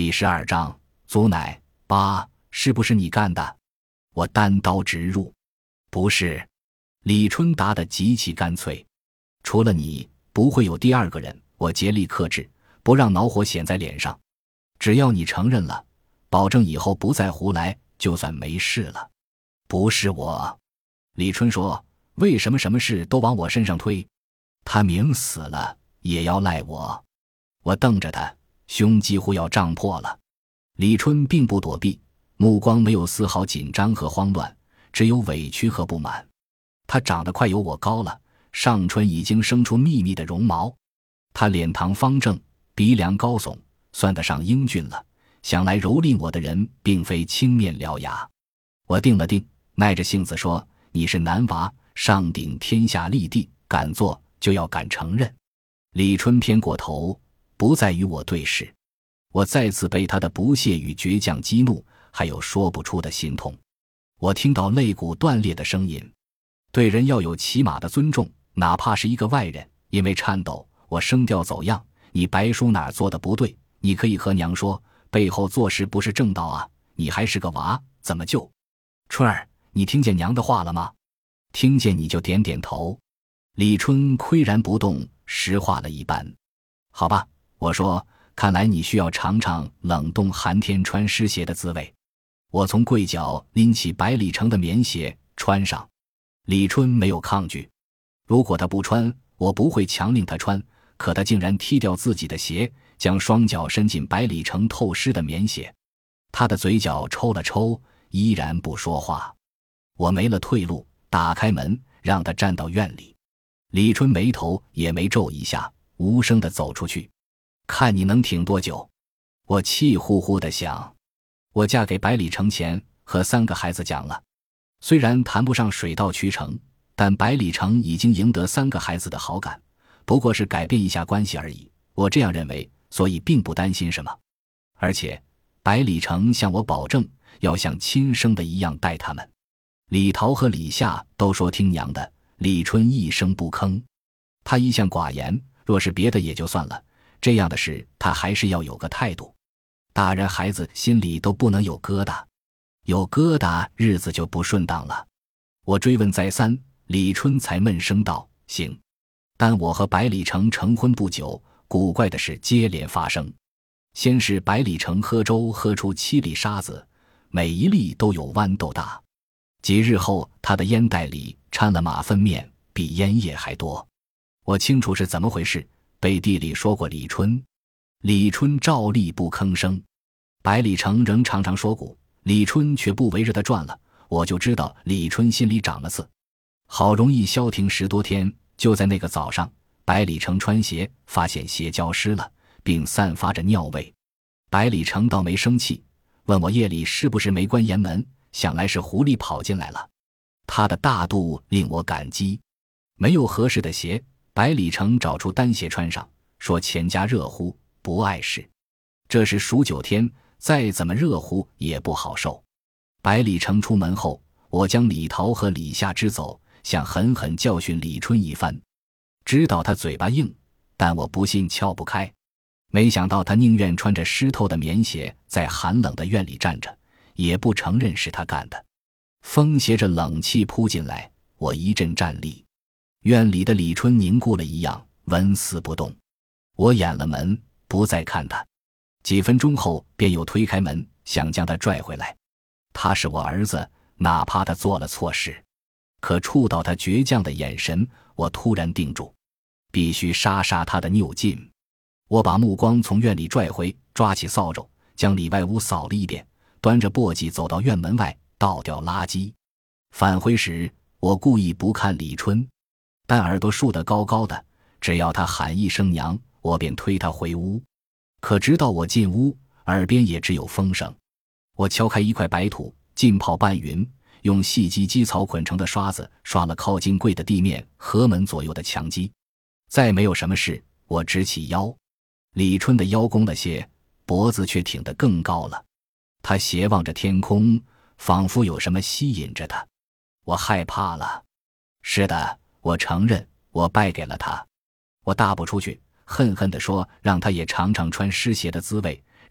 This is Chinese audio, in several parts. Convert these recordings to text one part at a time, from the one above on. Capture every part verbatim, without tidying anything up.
第十二章，祖奶，爸，是不是你干的？我单刀直入。不是。李春答得极其干脆。除了你，不会有第二个人。我竭力克制，不让恼火显在脸上。只要你承认了，保证以后不再胡来，就算没事了。不是我。李春说，为什么什么事都往我身上推？他明死了也要赖我。我瞪着他，胸几乎要胀破了。李春并不躲避，目光没有丝毫紧张和慌乱，只有委屈和不满。他长得快有我高了，上唇已经生出密密的绒毛。他脸庞方正，鼻梁高耸，算得上英俊了。想来蹂躏我的人并非青面獠牙。我定了定，耐着性子说，你是男娃，上顶天下立地，敢做就要敢承认。李春偏过头，不再与我对视。我再次被他的不屑与倔强激怒，还有说不出的心痛。我听到肋骨断裂的声音。对人要有起码的尊重，哪怕是一个外人。因为颤抖，我声调走样，你白叔哪儿做的不对？你可以和娘说，背后做事不是正道啊，你还是个娃，怎么就……春儿，你听见娘的话了吗？听见你就点点头。李春岿然不动，石化了一般。好吧，我说，看来你需要尝尝冷冻寒天穿湿鞋的滋味。我从柜角拎起百里城的棉鞋穿上。李春没有抗拒。如果他不穿，我不会强令他穿，可他竟然踢掉自己的鞋，将双脚伸进百里城透湿的棉鞋。他的嘴角抽了抽，依然不说话。我没了退路，打开门让他站到院里。李春眉头也没皱一下，无声地走出去。看你能挺多久。我气呼呼地想。我嫁给百里城前和三个孩子讲了，虽然谈不上水到渠成，但百里城已经赢得三个孩子的好感，不过是改变一下关系而已。我这样认为，所以并不担心什么。而且百里城向我保证，要像亲生的一样待他们。李桃和李夏都说听娘的，李春一声不吭。他一向寡言，若是别的也就算了，这样的事他还是要有个态度。大人孩子心里都不能有疙瘩，有疙瘩日子就不顺当了。我追问再三，李春才闷声道，行。但我和百里城成婚不久，古怪的事接连发生。先是百里城喝粥喝出七粒沙子，每一粒都有豌豆大。几日后，他的烟袋里掺了马粪面，比烟叶还多。我清楚是怎么回事，背地里说过李春。李春照例不吭声。百里城仍常常说鼓，李春却不围着他转了，我就知道李春心里长了刺。好容易消停十多天，就在那个早上，百里城穿鞋发现鞋浇湿了，并散发着尿味。百里城倒没生气，问我夜里是不是没关严门，想来是狐狸跑进来了。他的大度令我感激。没有合适的鞋，百里城找出单鞋穿上，说前家热乎，不碍事。这是数九天，再怎么热乎也不好受。百里城出门后，我将李桃和李夏支走，想狠狠教训李春一番。知道他嘴巴硬，但我不信撬不开。没想到他宁愿穿着湿透的棉鞋在寒冷的院里站着，也不承认是他干的。风携着冷气扑进来，我一阵战栗。院里的李春凝固了一样，纹丝不动。我掩了门，不再看他。几分钟后便又推开门，想将他拽回来。他是我儿子，哪怕他做了错事。可触到他倔强的眼神，我突然定住，必须杀杀他的拗劲。我把目光从院里拽回，抓起扫帚将里外屋扫了一遍，端着簸箕走到院门外倒掉垃圾。返回时我故意不看李春，但耳朵竖得高高的，只要他喊一声娘，我便推他回屋。可直到我进屋，耳边也只有风声。我敲开一块白土，浸泡半匀，用细基基草捆成的刷子刷了靠近柜的地面和门左右的墙基。再没有什么事，我直起腰。李春的腰弓了些，脖子却挺得更高了。他斜望着天空，仿佛有什么吸引着他。我害怕了。是的，我承认，我败给了他。我大步出去，恨恨地说，让他也尝尝穿湿鞋的滋味，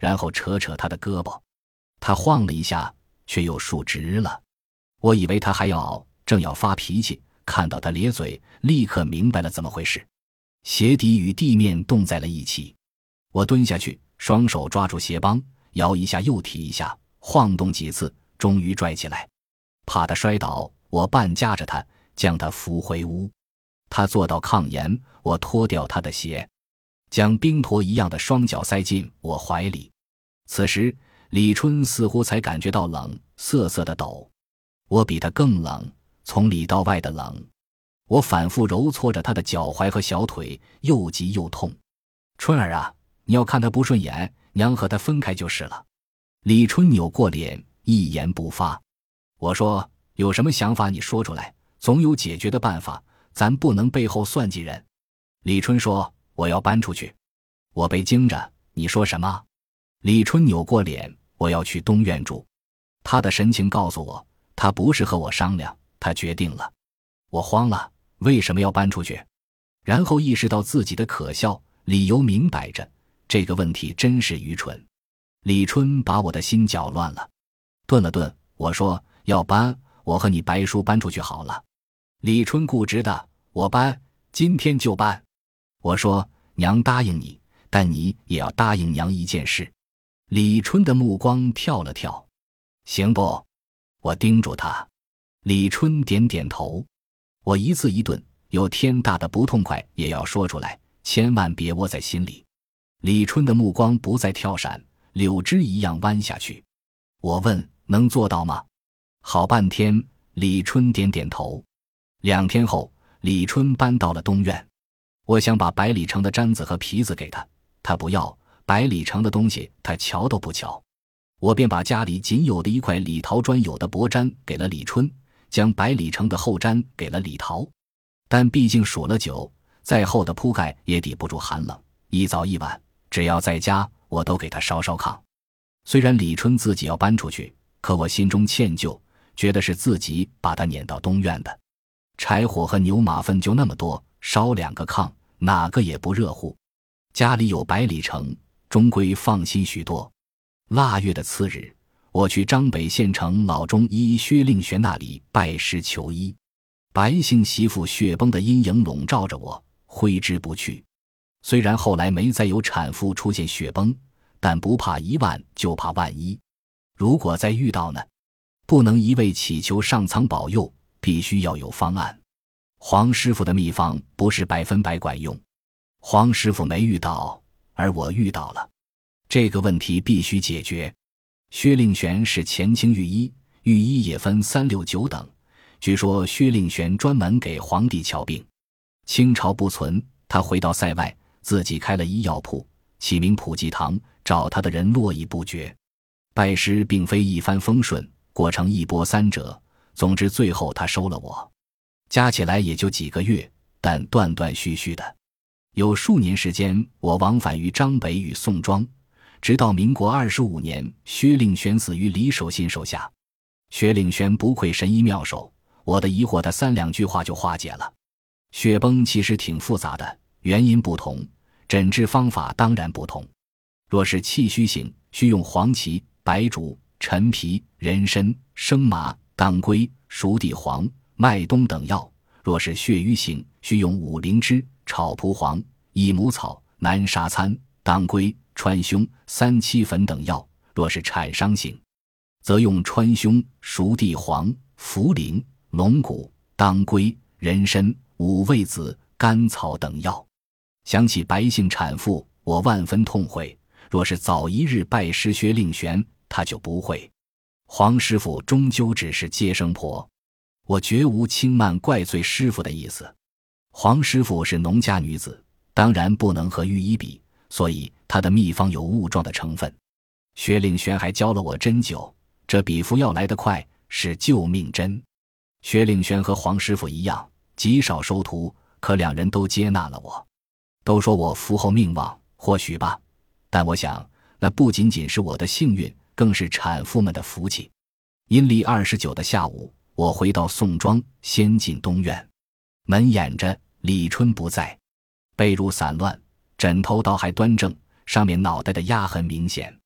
然后扯扯他的胳膊。他晃了一下，却又竖直了。我以为他还要熬，正要发脾气，看到他咧嘴，立刻明白了怎么回事。鞋底与地面动在了一起。我蹲下去，双手抓住鞋帮，摇一下又提一下，晃动几次，终于拽起来。怕他摔倒，我半夹着他，将他扶回屋。他坐到炕沿，我脱掉他的鞋，将冰坨一样的双脚塞进我怀里。此时李春似乎才感觉到冷，瑟瑟的抖。我比他更冷，从里到外的冷。我反复揉搓着他的脚踝和小腿，又急又痛。春儿啊，你要看他不顺眼，娘和他分开就是了。李春扭过脸，一言不发。我说，有什么想法你说出来，总有解决的办法，咱不能背后算计人。李春说，我要搬出去。我被惊着，你说什么？李春扭过脸，我要去东院住。他的神情告诉我，他不是和我商量，他决定了。我慌了，为什么要搬出去？然后意识到自己的可笑，理由明摆着，这个问题真是愚蠢。李春把我的心搅乱了。顿了顿，我说，要搬，我和你白叔搬出去好了。李春固执的，我搬，今天就搬。我说，娘答应你，但你也要答应娘一件事。李春的目光跳了跳。行不？我叮嘱他。李春点点头。我一字一顿，有天大的不痛快也要说出来，千万别窝在心里。李春的目光不再跳闪，柳枝一样弯下去。我问，能做到吗？好半天，李春点点头。两天后，李春搬到了东院。我想把百里城的毡子和皮子给他，他不要，百里城的东西他瞧都不瞧。我便把家里仅有的一块李桃专有的薄毡给了李春，将百里城的厚毡给了李桃。但毕竟数了久，再厚的铺盖也抵不住寒冷，一早一晚，只要在家，我都给他烧烧炕。虽然李春自己要搬出去，可我心中歉疚，觉得是自己把他撵到东院的。柴火和牛马粪就那么多，烧两个炕，哪个也不热乎。家里有百里城，终归放心许多。腊月的次日，我去张北县城老中医薛令玄那里拜师求医。白姓媳妇血崩的阴影笼罩着我，挥之不去。虽然后来没再有产妇出现血崩，但不怕一万就怕万一。如果再遇到呢？不能一味祈求上苍保佑，必须要有方案。黄师傅的秘方不是百分百管用，黄师傅没遇到，而我遇到了。这个问题必须解决。薛令玄是前清御医，御医也分三六九等，据说薛令玄专门给皇帝瞧病。清朝不存，他回到塞外，自己开了医药铺，起名普济堂，找他的人络绎不绝。拜师并非一帆风顺，过程一波三折，总之最后他收了我。加起来也就几个月，但断断续续的。有数年时间，我往返于张北与宋庄，直到民国二十五年，薛令玄死于李守信手下。薛令玄不愧神医妙手，我的疑惑他三两句话就化解了。血崩其实挺复杂的，原因不同，诊治方法当然不同。若是气虚型，需用黄芪、白术、陈皮、人参、生麻、当归、熟地黄、麦冬等药；若是血瘀型，需用五灵芝、炒蒲黄、益母草、南沙参、当归、川芎、三七粉等药；若是产伤型，则用川芎、熟地黄、茯苓、龙骨、当归、人参、五味子、甘草等药。想起白姓产妇，我万分痛悔。若是早一日拜师薛令玄，他就不会。黄师傅终究只是接生婆，我绝无轻慢怪罪师傅的意思。黄师傅是农家女子，当然不能和御医比，所以她的秘方有误状的成分。薛令玄还教了我针灸，这比服药来得快，是救命针。薛令玄和黄师傅一样，极少收徒，可两人都接纳了我。都说我福后命旺，或许吧，但我想那不仅仅是我的幸运，更是产妇们的福气。阴历二十九的下午，我回到宋庄，先进东院。门掩着，李春不在，被褥散乱，枕头倒还端正，上面脑袋的压痕明显。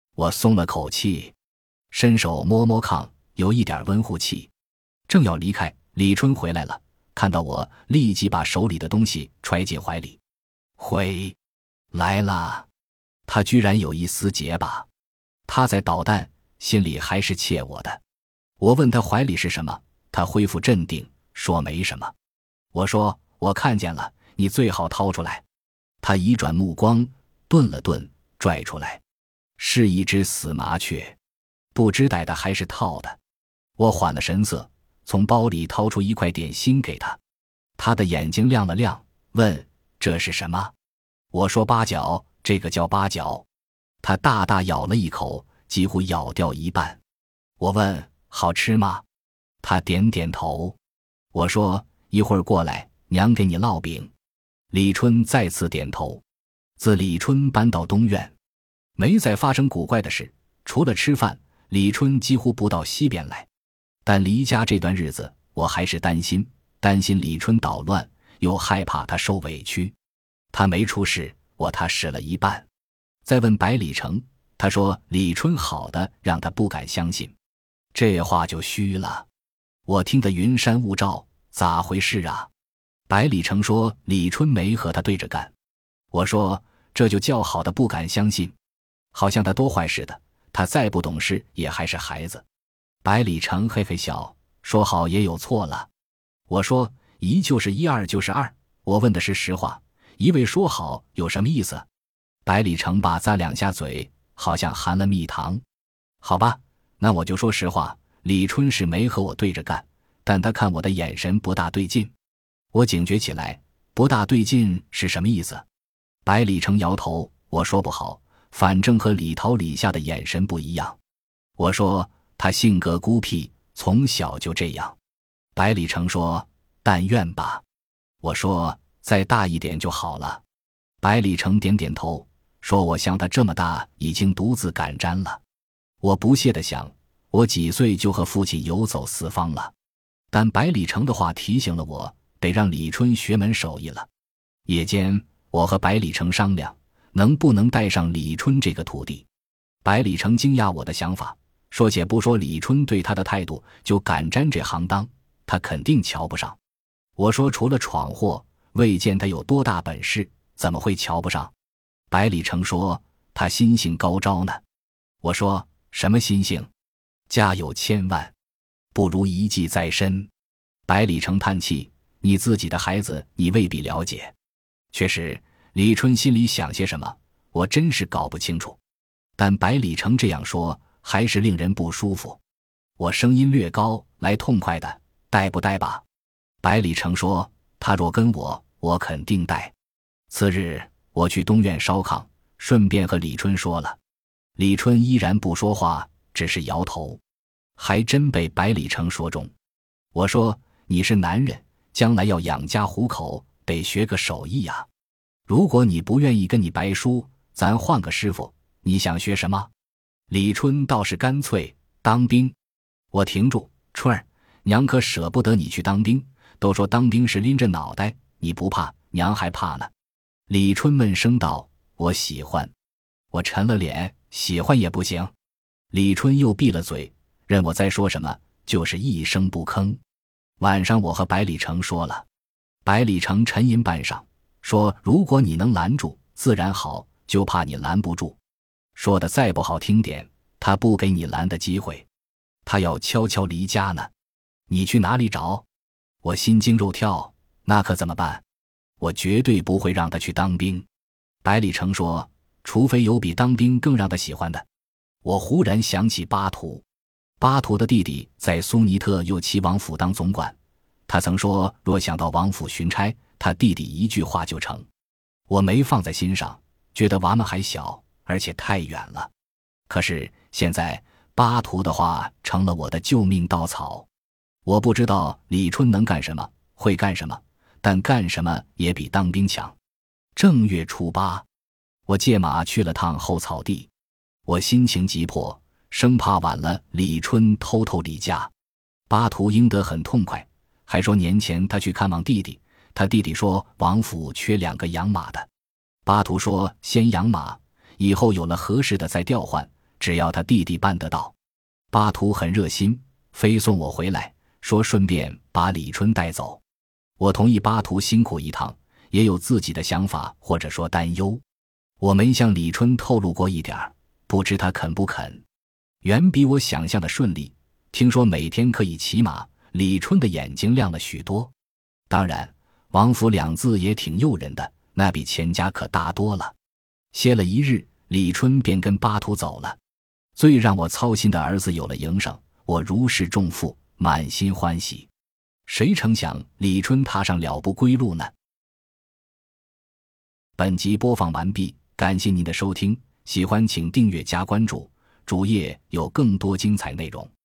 我松了口气，伸手摸摸炕，有一点温乎气。正要离开，李春回来了，看到我立即把手里的东西揣进怀里。回来了，他居然有一丝结巴。他在捣蛋，心里还是怯我的。我问他怀里是什么，他恢复镇定，说没什么。我说我看见了，你最好掏出来。他移转目光，顿了顿，拽出来，是一只死麻雀，不知逮的还是套的。我缓了神色，从包里掏出一块点心给他。他的眼睛亮了亮，问这是什么？我说八角，这个叫八角。他大大咬了一口，几乎咬掉一半。我问好吃吗？他点点头。我说一会儿过来，娘给你烙饼。李春再次点头。自李春搬到东院，没再发生古怪的事，除了吃饭，李春几乎不到西边来。但离家这段日子，我还是担心，担心李春捣乱，又害怕他受委屈。他没出事，我踏实了一半。再问百里城，他说李春好的让他不敢相信。这话就虚了。我听得云山雾罩，咋回事啊？百里城说李春没和他对着干。我说这就叫好的不敢相信，好像他多坏似的，他再不懂事也还是孩子。百里城嘿嘿笑，说好也有错了。我说一就是一，二就是二，我问的是实话，一味说好有什么意思？百里城吧咂两下嘴，好像含了蜜糖。好吧，那我就说实话，李春是没和我对着干，但他看我的眼神不大对劲。我警觉起来，不大对劲是什么意思？百里城摇头，我说不好，反正和李桃李夏的眼神不一样。我说他性格孤僻，从小就这样。百里城说但愿吧。我说再大一点就好了。百里城点点头，说我像他这么大已经独自敢沾了。我不屑地想，我几岁就和父亲游走四方了。但百里城的话提醒了我，得让李春学门手艺了。夜间我和百里城商量，能不能带上李春这个徒弟。百里城惊讶我的想法，说且不说李春对他的态度，就敢沾这行当，他肯定瞧不上。我说除了闯祸，未见他有多大本事，怎么会瞧不上？百里城说他心性高招呢。我说什么心性？家有千万，不如一技在身。百里城叹气，你自己的孩子你未必了解。确实，李春心里想些什么，我真是搞不清楚。但百里城这样说，还是令人不舒服。我声音略高，来痛快的，带不带吧？百里城说，他若跟我，我肯定带。次日，我去东院烧炕，顺便和李春说了。李春依然不说话，只是摇头。还真被百里城说中。我说，你是男人，将来要养家糊口，得学个手艺呀。如果你不愿意跟你白叔，咱换个师傅，你想学什么？李春倒是干脆，当兵。我停住，春儿，娘可舍不得你去当兵，都说当兵是拎着脑袋，你不怕，娘还怕呢。李春闷声道，我喜欢。我沉了脸，喜欢也不行。李春又闭了嘴，任我再说什么，就是一声不吭。晚上我和百里城说了。百里城沉吟半晌，说如果你能拦住，自然好，就怕你拦不住。说的再不好听点，他不给你拦的机会，他要悄悄离家呢。你去哪里找？我心惊肉跳，那可怎么办？我绝对不会让他去当兵。百里城说，除非有比当兵更让他喜欢的。我忽然想起巴图。巴图的弟弟在苏尼特右齐王府当总管，他曾说若想到王府巡差，他弟弟一句话就成。我没放在心上，觉得娃们还小，而且太远了。可是现在巴图的话成了我的救命稻草。我不知道李春能干什么，会干什么，但干什么也比当兵强。正月初八，我借马去了趟后草地。我心情急迫，生怕晚了李春偷偷离家。巴图应得很痛快，还说年前他去看望弟弟，他弟弟说王府缺两个养马的。巴图说先养马，以后有了合适的再调换， 只要他弟弟办得到。巴图很热心，非送我回来，说顺便把李春带走。我同意巴图辛苦一趟，也有自己的想法或者说担忧。我没向李春透露过一点儿，不知他肯不肯。远比我想象的顺利，听说每天可以骑马，李春的眼睛亮了许多。当然，王府两字也挺诱人的，那比钱家可大多了。歇了一日，李春便跟巴图走了。最让我操心的儿子有了营生，我如释重负，满心欢喜。谁成想李春踏上了不归路呢？本集播放完毕，感谢您的收听，喜欢请订阅加关注，主页有更多精彩内容。